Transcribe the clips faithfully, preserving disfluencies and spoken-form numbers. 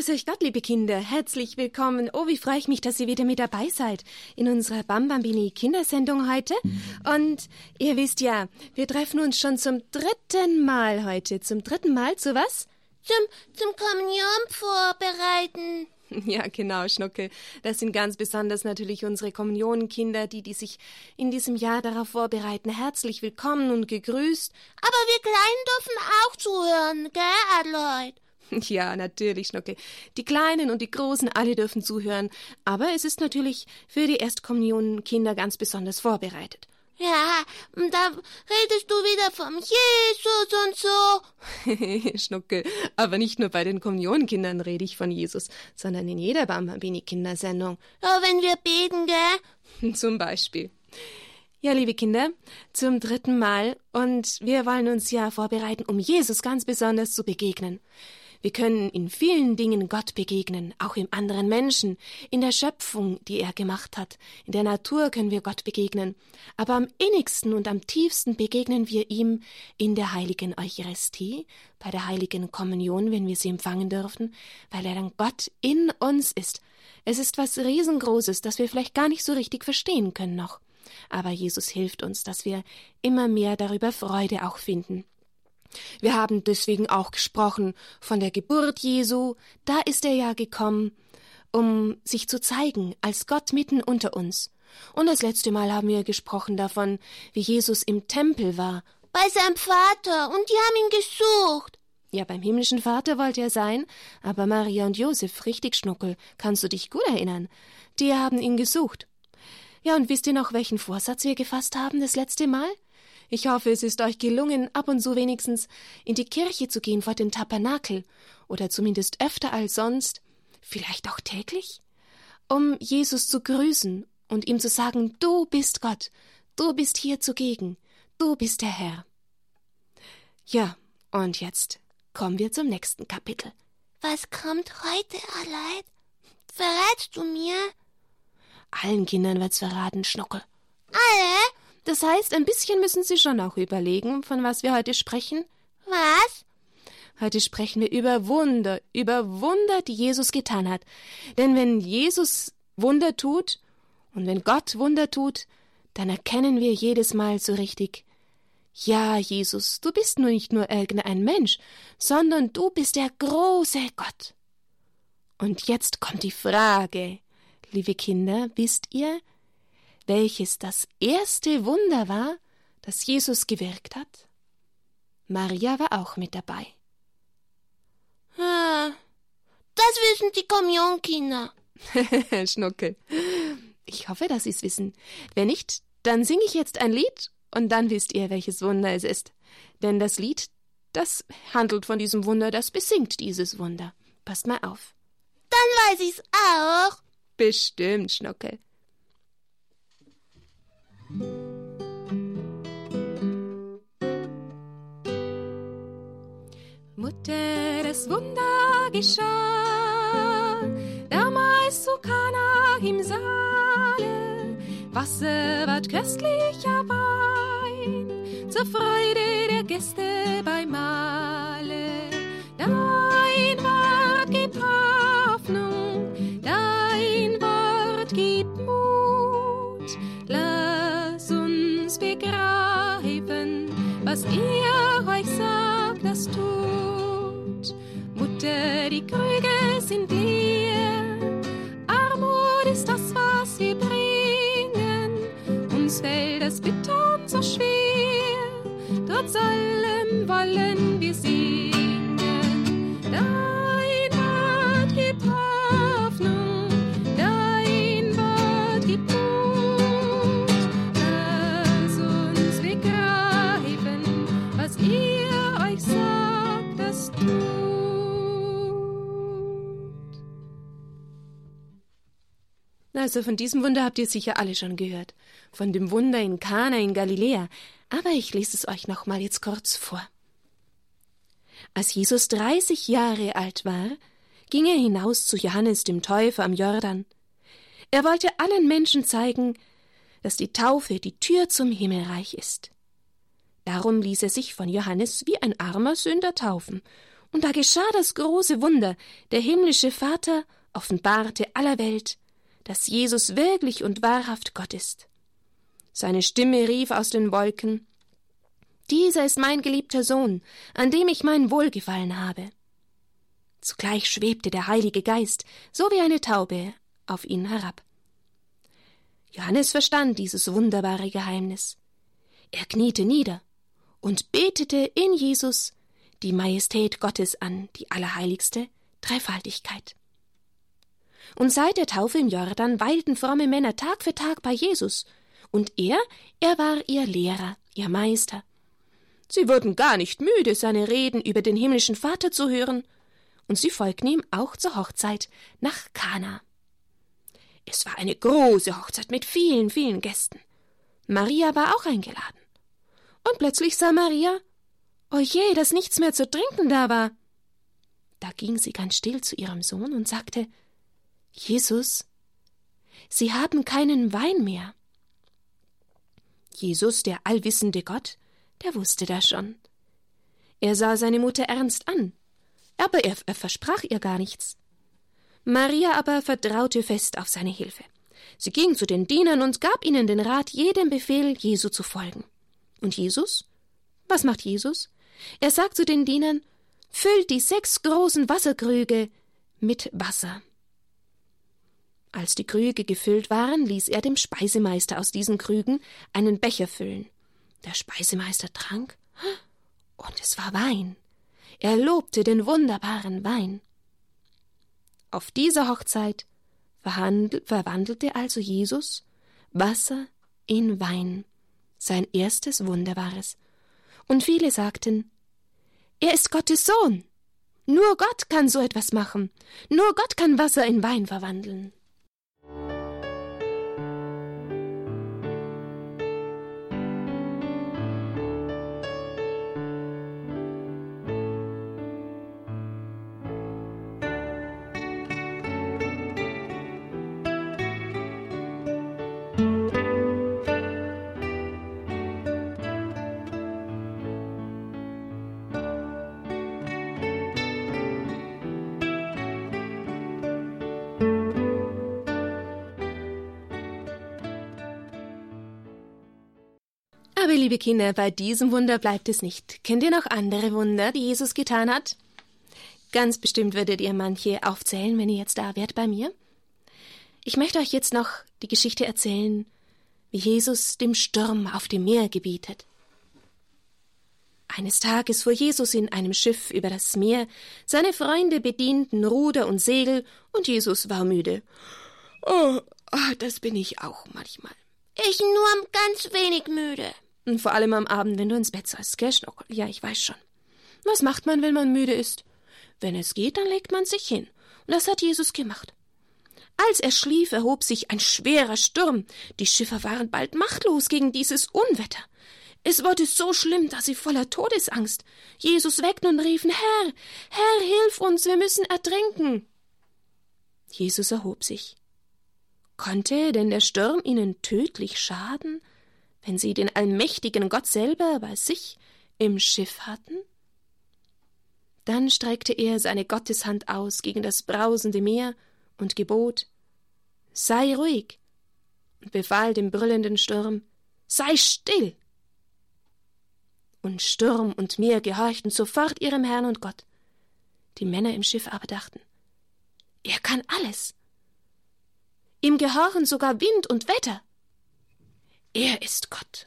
Grüß euch Gott, liebe Kinder. Herzlich willkommen. Oh, wie freue ich mich, dass ihr wieder mit dabei seid in unserer Bambambini Kindersendung heute. Und ihr wisst ja, wir treffen uns schon zum dritten Mal heute. Zum dritten Mal zu was? Zum, zum Kommunion vorbereiten. Ja, genau, Schnuckel. Das sind ganz besonders natürlich unsere Kommunionkinder, die, die sich in diesem Jahr darauf vorbereiten. Herzlich willkommen und gegrüßt. Aber wir Kleinen dürfen auch zuhören, gell, Adelheid? Ja, natürlich, Schnuckel. Die Kleinen und die Großen, alle dürfen zuhören. Aber es ist natürlich für die Erstkommunionkinder ganz besonders vorbereitet. Ja, da redest du wieder vom Jesus und so. Schnuckel, aber nicht nur bei den Kommunionkindern rede ich von Jesus, sondern in jeder Bambambini-Kindersendung. Ja, wenn wir beten, gell? Zum Beispiel. Ja, liebe Kinder, zum dritten Mal. Und wir wollen uns ja vorbereiten, um Jesus ganz besonders zu begegnen. Wir können in vielen Dingen Gott begegnen, auch im anderen Menschen, in der Schöpfung, die er gemacht hat. In der Natur können wir Gott begegnen. Aber am innigsten und am tiefsten begegnen wir ihm in der heiligen Eucharistie, bei der heiligen Kommunion, wenn wir sie empfangen dürfen, weil er dann Gott in uns ist. Es ist was Riesengroßes, das wir vielleicht gar nicht so richtig verstehen können noch. Aber Jesus hilft uns, dass wir immer mehr darüber Freude auch finden. Wir haben deswegen auch gesprochen von der Geburt Jesu. Da ist er ja gekommen, um sich zu zeigen als Gott mitten unter uns. Und das letzte Mal haben wir gesprochen davon, wie Jesus im Tempel war. Bei seinem Vater, und die haben ihn gesucht. Ja, beim himmlischen Vater wollte er sein, aber Maria und Josef, richtig, Schnuckel, kannst du dich gut erinnern, die haben ihn gesucht. Ja, und wisst ihr noch, welchen Vorsatz wir gefasst haben das letzte Mal? Ich hoffe, es ist euch gelungen, ab und zu wenigstens in die Kirche zu gehen vor den Tabernakel, oder zumindest öfter als sonst, vielleicht auch täglich, um Jesus zu grüßen und ihm zu sagen, du bist Gott, du bist hier zugegen, du bist der Herr. Ja, und jetzt kommen wir zum nächsten Kapitel. Was kommt heute, Adelheid? Verrätst du mir? Allen Kindern wird's verraten, Schnuckel. Alle? Das heißt, ein bisschen müssen Sie schon auch überlegen, von was wir heute sprechen. Was? Heute sprechen wir über Wunder, über Wunder, die Jesus getan hat. Denn wenn Jesus Wunder tut und wenn Gott Wunder tut, dann erkennen wir jedes Mal so richtig, ja, Jesus, du bist nur nicht nur irgendein Mensch, sondern du bist der große Gott. Und jetzt kommt die Frage, liebe Kinder, wisst ihr, welches das erste Wunder war, das Jesus gewirkt hat? Maria war auch mit dabei. Ah, das wissen die Kommunionkinder. Schnuckel. Ich hoffe, dass Sie es wissen. Wenn nicht, dann singe ich jetzt ein Lied und dann wisst ihr, welches Wunder es ist. Denn das Lied, das handelt von diesem Wunder, das besingt dieses Wunder. Passt mal auf. Dann weiß ich's auch. Bestimmt, Schnuckel. Mutter, das Wunder geschah, damals zu Kana im Saale. Wasser ward köstlicher Wein, zur Freude der Gäste beim Mahle. Dein Wort gibt Hoffnung, dein Wort gibt Mut. Lass uns begreifen, was ihr euch sagt, das tut. Mutter, die Krüge sind leer, Armut ist das, was wir bringen. Uns fällt das Bittern so schwer, trotz allem wollen wir singen. Dein Wort gibt Hoffnung, dein Wort gibt Mut. Lass uns begreifen, was ihr euch sagt, das tut. Also von diesem Wunder habt ihr sicher alle schon gehört. Von dem Wunder in Kana in Galiläa. Aber ich lese es euch noch mal jetzt kurz vor. Als Jesus dreißig Jahre alt war, ging er hinaus zu Johannes dem Täufer am Jordan. Er wollte allen Menschen zeigen, dass die Taufe die Tür zum Himmelreich ist. Darum ließ er sich von Johannes wie ein armer Sünder taufen Und da geschah das große Wunder. Der himmlische Vater offenbarte aller Welt, dass Jesus wirklich und wahrhaft Gott ist. Seine Stimme rief aus den Wolken: Dieser ist mein geliebter Sohn, an dem ich mein Wohlgefallen habe. Zugleich schwebte der Heilige Geist, so wie eine Taube, auf ihn herab. Johannes verstand dieses wunderbare Geheimnis. Er kniete nieder und betete in Jesus die Majestät Gottes an, die allerheiligste Dreifaltigkeit. Und seit der Taufe im Jordan weilten fromme Männer Tag für Tag bei Jesus, und er, er war ihr Lehrer, ihr Meister. Sie wurden gar nicht müde, seine Reden über den himmlischen Vater zu hören, und sie folgten ihm auch zur Hochzeit nach Kana. Es war eine große Hochzeit mit vielen, vielen Gästen. Maria war auch eingeladen. Und plötzlich sah Maria, oh je, dass nichts mehr zu trinken da war. Da ging sie ganz still zu ihrem Sohn und sagte: Jesus, Sie haben keinen Wein mehr. Jesus, der allwissende Gott, der wusste das schon. Er sah seine Mutter ernst an, aber er, er versprach ihr gar nichts. Maria aber vertraute fest auf seine Hilfe. Sie ging zu den Dienern und gab ihnen den Rat, jedem Befehl Jesu zu folgen. Und Jesus? Was macht Jesus? Er sagt zu den Dienern: Füllt die sechs großen Wasserkrüge mit Wasser. Als die Krüge gefüllt waren, ließ er dem Speisemeister aus diesen Krügen einen Becher füllen. Der Speisemeister trank, und es war Wein. Er lobte den wunderbaren Wein. Auf dieser Hochzeit verwandelte also Jesus Wasser in Wein, sein erstes Wunderbares. Und viele sagten: Er ist Gottes Sohn. Nur Gott kann so etwas machen. Nur Gott kann Wasser in Wein verwandeln. Aber liebe Kinder, bei diesem Wunder bleibt es nicht. Kennt ihr noch andere Wunder, die Jesus getan hat? Ganz bestimmt würdet ihr manche aufzählen, wenn ihr jetzt da wärt bei mir. Ich möchte euch jetzt noch die Geschichte erzählen, wie Jesus dem Sturm auf dem Meer gebietet. Eines Tages fuhr Jesus in einem Schiff über das Meer, seine Freunde bedienten Ruder und Segel, und Jesus war müde. Oh, oh, das bin ich auch manchmal. Ich nur ganz wenig müde. Und vor allem am Abend, wenn du ins Bett sollst, gell, Schnuckel? Ja, ich weiß schon. Was macht man, wenn man müde ist? Wenn es geht, dann legt man sich hin. Und das hat Jesus gemacht. Als er schlief, erhob sich ein schwerer Sturm. Die Schiffer waren bald machtlos gegen dieses Unwetter. Es wurde so schlimm, dass sie voller Todesangst Jesus weckten und riefen: Herr, Herr, hilf uns, wir müssen ertrinken. Jesus erhob sich. Konnte denn der Sturm ihnen tödlich schaden, wenn sie den allmächtigen Gott selber bei sich im Schiff hatten? Dann streckte er seine Gotteshand aus gegen das brausende Meer und gebot: Sei ruhig, und befahl dem brüllenden Sturm: Sei still. Und Sturm und Meer gehorchten sofort ihrem Herrn und Gott. Die Männer im Schiff aber dachten: Er kann alles. Ihm gehorchen sogar Wind und Wetter. Er ist Gott.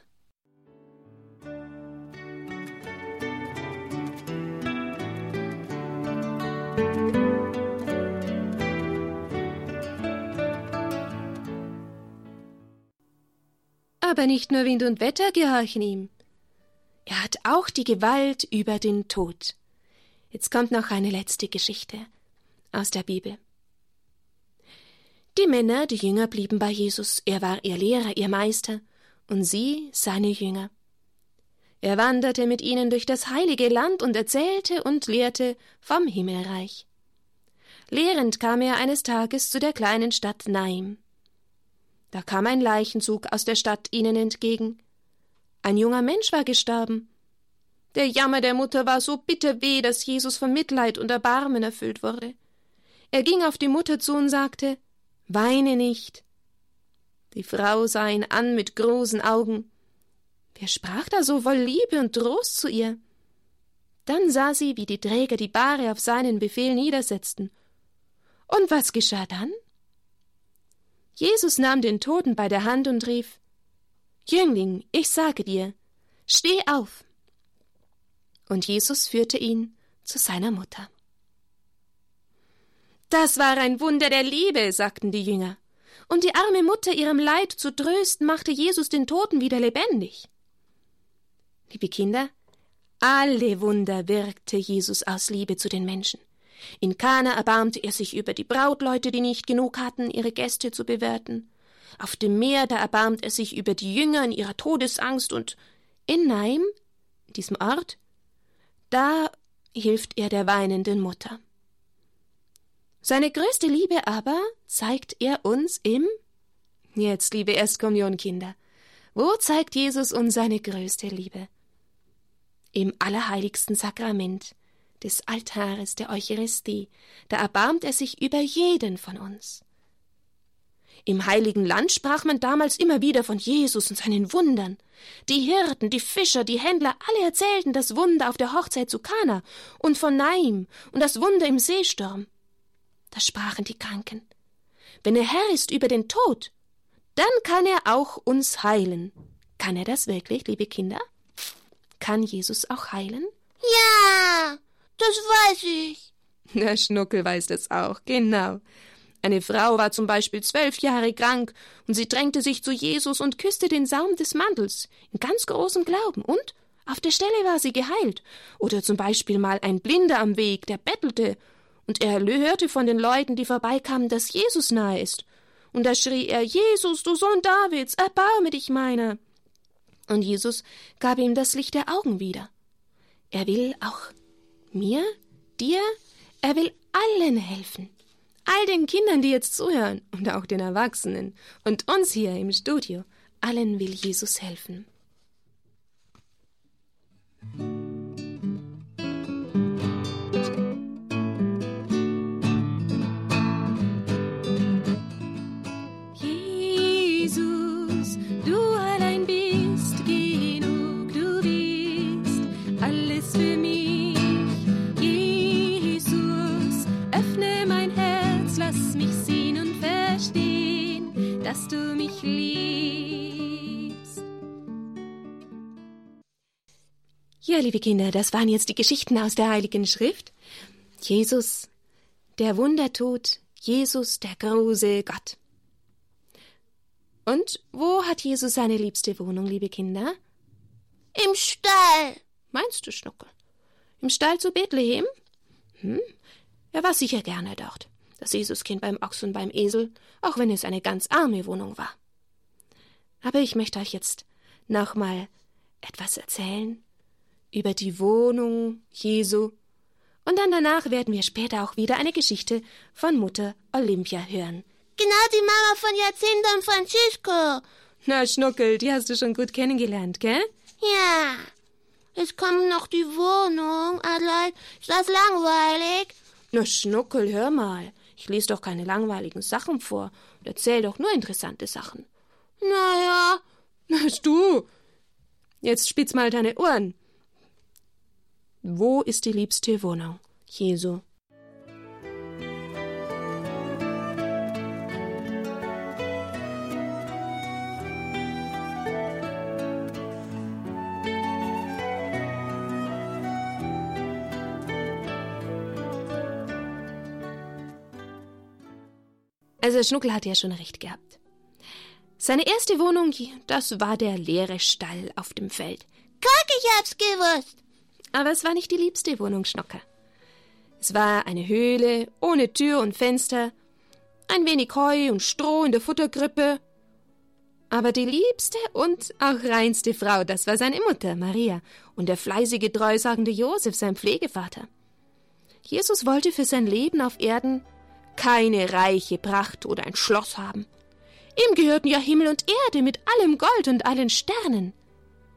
Aber nicht nur Wind und Wetter gehorchen ihm. Er hat auch die Gewalt über den Tod. Jetzt kommt noch eine letzte Geschichte aus der Bibel. Die Männer, die Jünger, blieben bei Jesus. Er war ihr Lehrer, ihr Meister, und sie seine Jünger. Er wanderte mit ihnen durch das heilige Land und erzählte und lehrte vom Himmelreich. Lehrend kam er eines Tages zu der kleinen Stadt Naim. Da kam ein Leichenzug aus der Stadt ihnen entgegen. Ein junger Mensch war gestorben. Der Jammer der Mutter war so bitterweh, dass Jesus von Mitleid und Erbarmen erfüllt wurde. Er ging auf die Mutter zu und sagte, »Weine nicht.« Die Frau sah ihn an mit großen Augen. Wer sprach da so voll Liebe und Trost zu ihr? Dann sah sie, wie die Träger die Bahre auf seinen Befehl niedersetzten. Und was geschah dann? Jesus nahm den Toten bei der Hand und rief, »Jüngling, ich sage dir, steh auf!« Und Jesus führte ihn zu seiner Mutter. »Das war ein Wunder der Liebe«, sagten die Jünger. Um die arme Mutter ihrem Leid zu trösten, machte Jesus den Toten wieder lebendig. Liebe Kinder, alle Wunder wirkte Jesus aus Liebe zu den Menschen. In Kana erbarmte er sich über die Brautleute, die nicht genug hatten, ihre Gäste zu bewirten. Auf dem Meer, da erbarmt er sich über die Jünger in ihrer Todesangst. Und in Naim, diesem Ort, da hilft er der weinenden Mutter. Seine größte Liebe aber zeigt er uns im, jetzt, liebe Erstkommunionkinder, wo zeigt Jesus uns seine größte Liebe? Im allerheiligsten Sakrament des Altares der Eucharistie, da erbarmt er sich über jeden von uns. Im Heiligen Land sprach man damals immer wieder von Jesus und seinen Wundern. Die Hirten, die Fischer, die Händler, alle erzählten das Wunder auf der Hochzeit zu Kana und von Naim und das Wunder im Seesturm. Da sprachen die Kranken, wenn er Herr ist über den Tod, dann kann er auch uns heilen. Kann er das wirklich, liebe Kinder? Kann Jesus auch heilen? Ja, das weiß ich. Der Schnuckel weiß das auch, genau. Eine Frau war zum Beispiel zwölf Jahre krank und sie drängte sich zu Jesus und küsste den Saum des Mantels in ganz großem Glauben und auf der Stelle war sie geheilt. Oder zum Beispiel mal ein Blinder am Weg, der bettelte und er hörte von den Leuten, die vorbeikamen, dass Jesus nahe ist. Und da schrie er, »Jesus, du Sohn Davids, erbarme dich meiner!« Und Jesus gab ihm das Licht der Augen wieder. Er will auch mir, dir, er will allen helfen. All den Kindern, die jetzt zuhören, und auch den Erwachsenen und uns hier im Studio, allen will Jesus helfen. Jesus, du allein bist genug, du bist alles für mich. Jesus, öffne mein Herz, lass mich sehen und verstehen, dass du mich liebst. Ja, liebe Kinder, das waren jetzt die Geschichten aus der Heiligen Schrift. Jesus, der Wunder tut, Jesus, der große Gott. Und wo hat Jesus seine liebste Wohnung, liebe Kinder? Im Stall. Meinst du, Schnuckel? Im Stall zu Bethlehem? Hm, er war sicher gerne dort, das Jesuskind beim Ochs und beim Esel, auch wenn es eine ganz arme Wohnung war. Aber ich möchte euch jetzt noch mal etwas erzählen über die Wohnung Jesu. Und dann danach werden wir später auch wieder eine Geschichte von Mutter Olympia hören. Genau die Mama von Jacinta und Francisco. Na, Schnuckel, die hast du schon gut kennengelernt, gell? Ja. Jetzt kommt noch die Wohnung. Adelheid, ist das langweilig? Na, Schnuckel, hör mal. Ich lese doch keine langweiligen Sachen vor und erzähl doch nur interessante Sachen. Naja. Na, du. Jetzt spitz mal deine Ohren. Wo ist die liebste Wohnung Jesu? Also Schnuckel hatte ja schon recht gehabt. Seine erste Wohnung, das war der leere Stall auf dem Feld. Guck, ich hab's gewusst. Aber es war nicht die liebste Wohnung, Schnuckel. Es war eine Höhle ohne Tür und Fenster, ein wenig Heu und Stroh in der Futterkrippe. Aber die liebste und auch reinste Frau, das war seine Mutter, Maria, und der fleißige, treusagende Josef, sein Pflegevater. Jesus wollte für sein Leben auf Erden keine reiche Pracht oder ein Schloss haben. Ihm gehörten ja Himmel und Erde mit allem Gold und allen Sternen.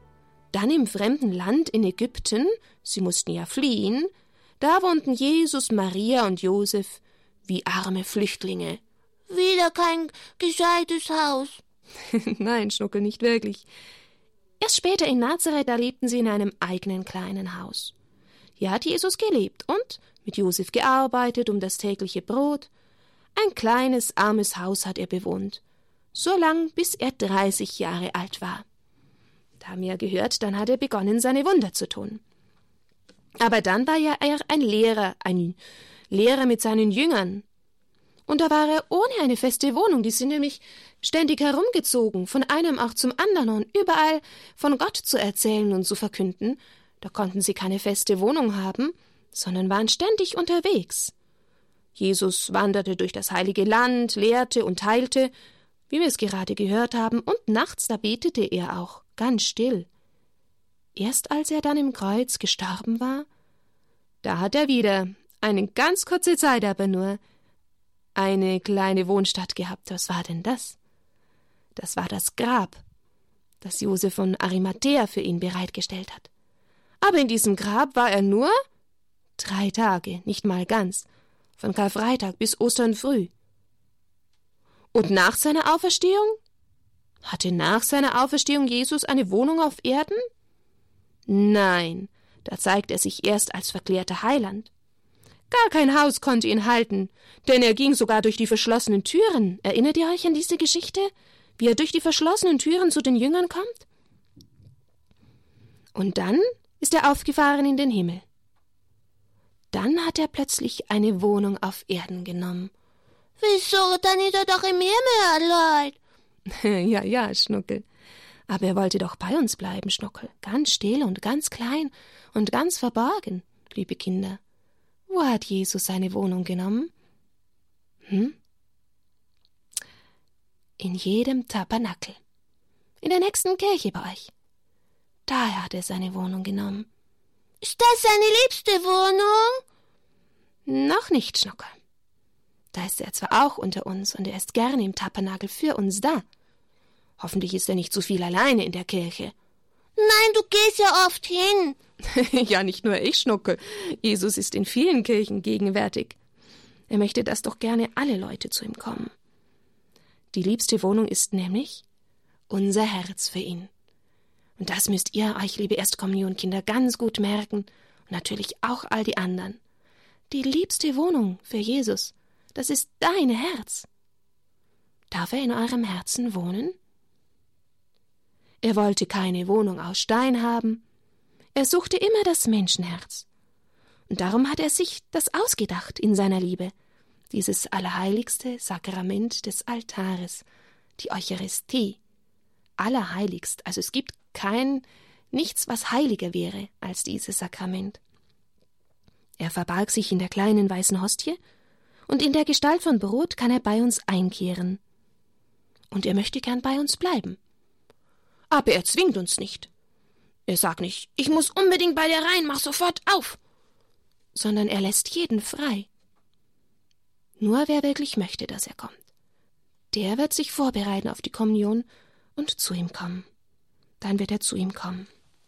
Dann im fremden Land in Ägypten, sie mussten ja fliehen, da wohnten Jesus, Maria und Josef wie arme Flüchtlinge. Wieder kein gescheites Haus. Nein, Schnuckel, nicht wirklich. Erst später in Nazareth, da lebten sie in einem eigenen kleinen Haus. Hier hat Jesus gelebt und mit Josef gearbeitet um das tägliche Brot. Ein kleines, armes Haus hat er bewohnt, so lang, bis er dreißig Jahre alt war. Da haben wir gehört, dann hat er begonnen, seine Wunder zu tun. Aber dann war ja er ein Lehrer, ein Lehrer mit seinen Jüngern. Und da war er ohne eine feste Wohnung, die sind nämlich ständig herumgezogen, von einem auch zum anderen und überall von Gott zu erzählen und zu verkünden. Da konnten sie keine feste Wohnung haben, sondern waren ständig unterwegs. Jesus wanderte durch das heilige Land, lehrte und heilte, wie wir es gerade gehört haben, und nachts, da betete er auch, ganz still. Erst als er dann im Kreuz gestorben war, da hat er wieder, eine ganz kurze Zeit aber nur, eine kleine Wohnstatt gehabt. Was war denn das? Das war das Grab, das Josef von Arimathäa für ihn bereitgestellt hat. Aber in diesem Grab war er nur drei Tage, nicht mal ganz, von Karfreitag bis Ostern früh. Und nach seiner Auferstehung? Hatte nach seiner Auferstehung Jesus eine Wohnung auf Erden? Nein, da zeigt er sich erst als verklärter Heiland. Gar kein Haus konnte ihn halten, denn er ging sogar durch die verschlossenen Türen. Erinnert ihr euch an diese Geschichte, wie er durch die verschlossenen Türen zu den Jüngern kommt? Und dann ist er aufgefahren in den Himmel. Dann hat er plötzlich eine Wohnung auf Erden genommen. Wieso? Dann ist er doch im Himmel allein. ja, ja, Schnuckel. Aber er wollte doch bei uns bleiben, Schnuckel. Ganz still und ganz klein und ganz verborgen, liebe Kinder. Wo hat Jesus seine Wohnung genommen? Hm? In jedem Tabernakel. In der nächsten Kirche bei euch. Daher hat er seine Wohnung genommen. Ist das seine liebste Wohnung? Noch nicht, Schnuckel. Da ist er zwar auch unter uns und er ist gerne im Tabernakel für uns da. Hoffentlich ist er nicht zu viel alleine in der Kirche. Nein, du gehst ja oft hin. Ja, nicht nur ich, Schnuckel. Jesus ist in vielen Kirchen gegenwärtig. Er möchte, dass doch gerne alle Leute zu ihm kommen. Die liebste Wohnung ist nämlich unser Herz für ihn. Und das müsst ihr euch, liebe Erstkommunionkinder, ganz gut merken und natürlich auch all die anderen. Die liebste Wohnung für Jesus, das ist dein Herz. Darf er in eurem Herzen wohnen? Er wollte keine Wohnung aus Stein haben. Er suchte immer das Menschenherz. Und darum hat er sich das ausgedacht in seiner Liebe, dieses allerheiligste Sakrament des Altares, die Eucharistie. Allerheiligst, also es gibt kein, nichts, was heiliger wäre als dieses Sakrament. Er verbarg sich in der kleinen weißen Hostie, und in der Gestalt von Brot kann er bei uns einkehren. Und er möchte gern bei uns bleiben. Aber er zwingt uns nicht. Er sagt nicht, ich muss unbedingt bei dir rein, mach sofort auf. Sondern er lässt jeden frei. Nur wer wirklich möchte, dass er kommt, der wird sich vorbereiten auf die Kommunion und zu ihm kommen. Dann wird er zu ihm kommen.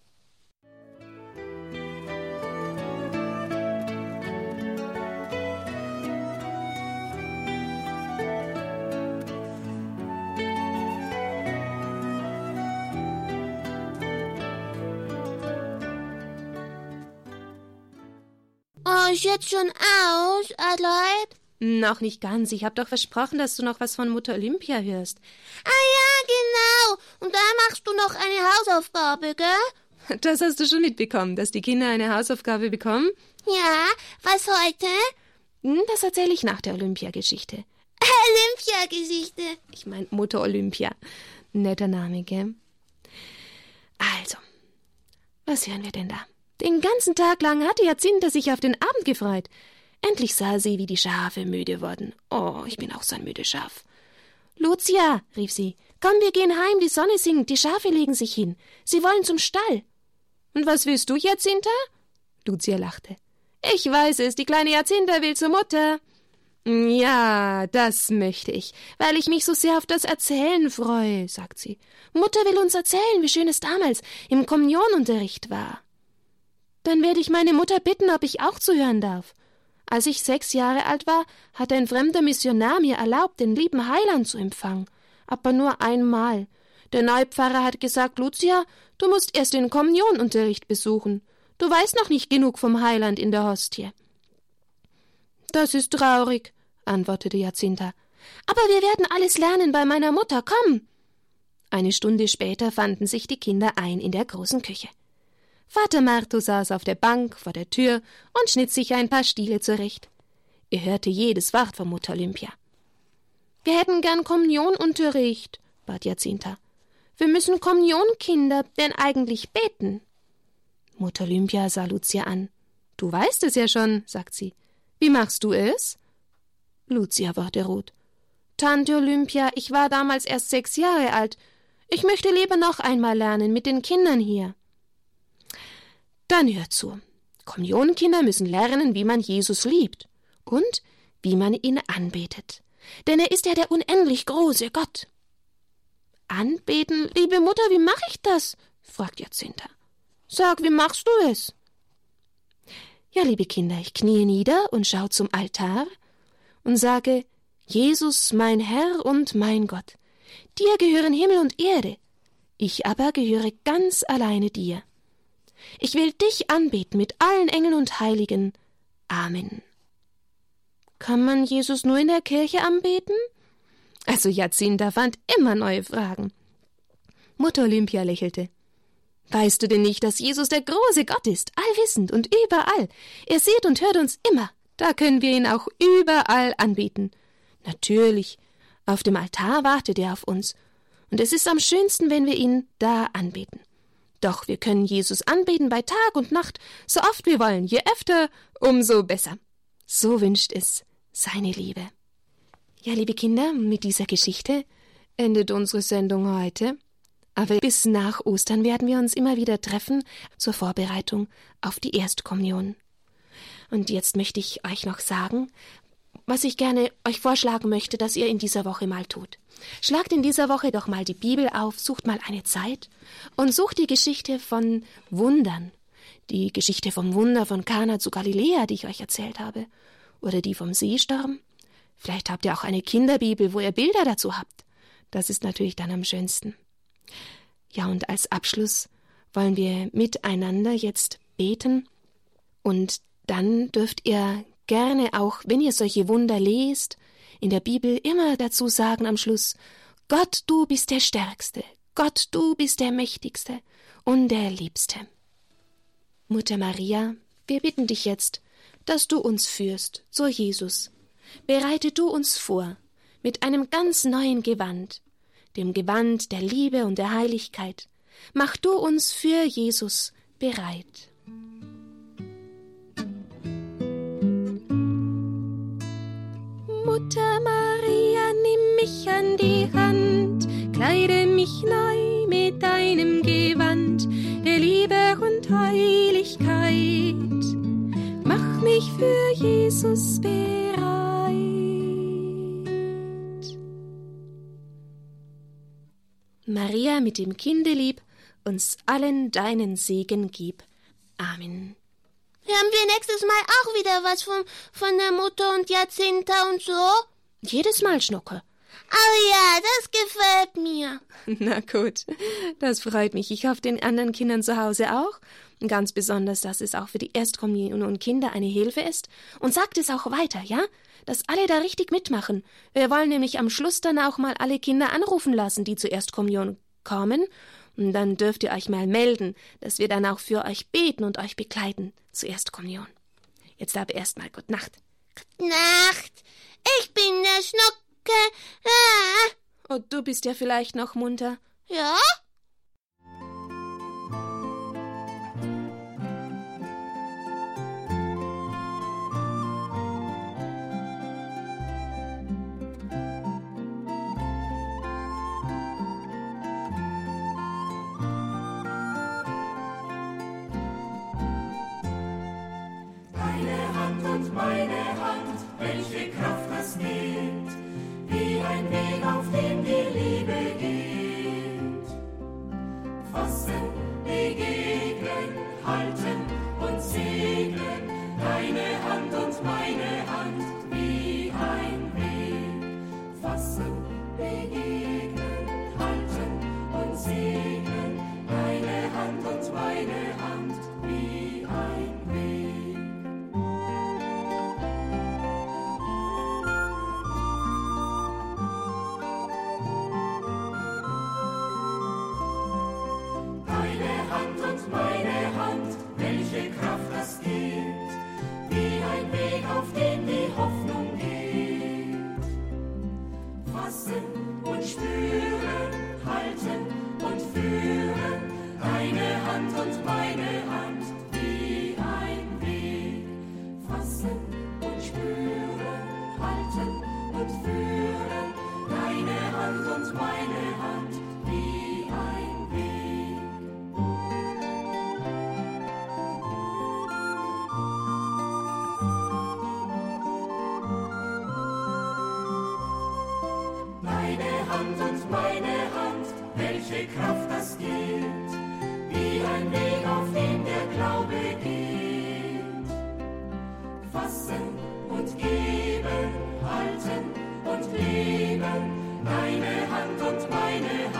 Oh, ist jetzt schon aus, Adelaide? Noch nicht ganz. Ich hab doch versprochen, dass du noch was von Mutter Olympia hörst. Ah ja, genau. Und da machst du noch eine Hausaufgabe, gell? Das hast du schon mitbekommen, dass die Kinder eine Hausaufgabe bekommen? Ja, was heute? Das erzähle ich nach der Olympia-Geschichte. Olympia-Geschichte. Ich meine Mutter Olympia. Netter Name, gell? Also, was hören wir denn da? Den ganzen Tag lang hatte Jacinta sich auf den Abend gefreut. Endlich sah sie, wie die Schafe müde wurden. Oh, ich bin auch so ein müde Schaf. Lucia, rief sie, komm, wir gehen heim, die Sonne sinkt, die Schafe legen sich hin. Sie wollen zum Stall. Und was willst du, Jacinta? Lucia lachte. Ich weiß es, die kleine Jacinta will zur Mutter. »Ja, das möchte ich, weil ich mich so sehr auf das Erzählen freue«, sagt sie. »Mutter will uns erzählen, wie schön es damals im Kommunionunterricht war.« »Dann werde ich meine Mutter bitten, ob ich auch zuhören darf. Als ich sechs Jahre alt war, hat ein fremder Missionar mir erlaubt, den lieben Heiland zu empfangen. Aber nur einmal. Der Neupfarrer hat gesagt, Lucia, du musst erst den Kommunionunterricht besuchen. Du weißt noch nicht genug vom Heiland in der Hostie.« »Das ist traurig«, antwortete Jacinta. »Aber wir werden alles lernen bei meiner Mutter, komm!« Eine Stunde später fanden sich die Kinder ein in der großen Küche. Vater Marto saß auf der Bank vor der Tür und schnitt sich ein paar Stiele zurecht. Er hörte jedes Wort von Mutter Olympia. »Wir hätten gern Kommunionunterricht«, bat Jacinta. »Wir müssen Kommunionkinder denn eigentlich beten?« Mutter Olympia sah Lucia an. »Du weißt es ja schon«, sagt sie. »Wie machst du es?« Lucia wurde rot. »Tante Olympia, ich war damals erst sechs Jahre alt. Ich möchte lieber noch einmal lernen mit den Kindern hier.« »Dann hör zu. Kommunionkinder müssen lernen, wie man Jesus liebt und wie man ihn anbetet. Denn er ist ja der unendlich große Gott.« »Anbeten, liebe Mutter, wie mache ich das?« fragt Jacinta. »Sag, wie machst du es?« »Ja, liebe Kinder, ich kniee nieder und schau zum Altar und sage, Jesus, mein Herr und mein Gott, dir gehören Himmel und Erde, ich aber gehöre ganz alleine dir. Ich will dich anbeten mit allen Engeln und Heiligen. Amen.« Kann man Jesus nur in der Kirche anbeten? Also Jacinta fand immer neue Fragen. Mutter Olympia lächelte. »Weißt du denn nicht, dass Jesus der große Gott ist, allwissend und überall? Er sieht und hört uns immer. Da können wir ihn auch überall anbeten. Natürlich, auf dem Altar wartet er auf uns. Und es ist am schönsten, wenn wir ihn da anbeten. Doch wir können Jesus anbeten bei Tag und Nacht, so oft wir wollen, je öfter, umso besser. So wünscht es seine Liebe.« Ja, liebe Kinder, mit dieser Geschichte endet unsere Sendung heute. Aber bis nach Ostern werden wir uns immer wieder treffen zur Vorbereitung auf die Erstkommunion. Und jetzt möchte ich euch noch sagen, was ich gerne euch vorschlagen möchte, dass ihr in dieser Woche mal tut. Schlagt in dieser Woche doch mal die Bibel auf, sucht mal eine Zeit und sucht die Geschichte von Wundern. Die Geschichte vom Wunder von Kana zu Galiläa, die ich euch erzählt habe. Oder die vom Seesturm. Vielleicht habt ihr auch eine Kinderbibel, wo ihr Bilder dazu habt. Das ist natürlich dann am schönsten. Ja, und als Abschluss wollen wir miteinander jetzt beten. Und dann dürft ihr gerne auch, wenn ihr solche Wunder lest, in der Bibel immer dazu sagen am Schluss, Gott, du bist der Stärkste, Gott, du bist der Mächtigste und der Liebste. Mutter Maria, wir bitten dich jetzt, dass du uns führst zu Jesus. Bereite du uns vor mit einem ganz neuen Gewand, dem Gewand der Liebe und der Heiligkeit. Mach du uns für Jesus bereit. Mutter Maria, nimm mich an die Hand, kleide mich neu mit deinem Gewand der Liebe und Heiligkeit. Mach mich für Jesus bereit. Maria mit dem Kinde lieb, uns allen deinen Segen gib. Amen. Haben wir nächstes Mal auch wieder was von, von der Mutter und Jacinta und so? Jedes Mal, Schnucke. Oh ja, das gefällt mir. Na gut, das freut mich. Ich hoffe, den anderen Kindern zu Hause auch. Und ganz besonders, dass es auch für die Erstkommunion und Kinder eine Hilfe ist. Und sagt es auch weiter, ja? Dass alle da richtig mitmachen. Wir wollen nämlich am Schluss dann auch mal alle Kinder anrufen lassen, die zur Erstkommunion kommen. Und dann dürft ihr euch mal melden, dass wir dann auch für euch beten und euch begleiten zur Erstkommunion. Jetzt aber erstmal Gute Nacht. Gute Nacht. Ich bin der Schnucke. Ah. Und du bist ja vielleicht noch munter. Ja? Deine Hand und meine Hand, welche Kraft und führen, deine Hand und meine Hand wie ein Weg. Deine Hand und meine Hand, welche Kraft das gibt, wie ein Weg, auf dem der Glaube geht. Fassen und geben, halten und leben, deine Hand und meine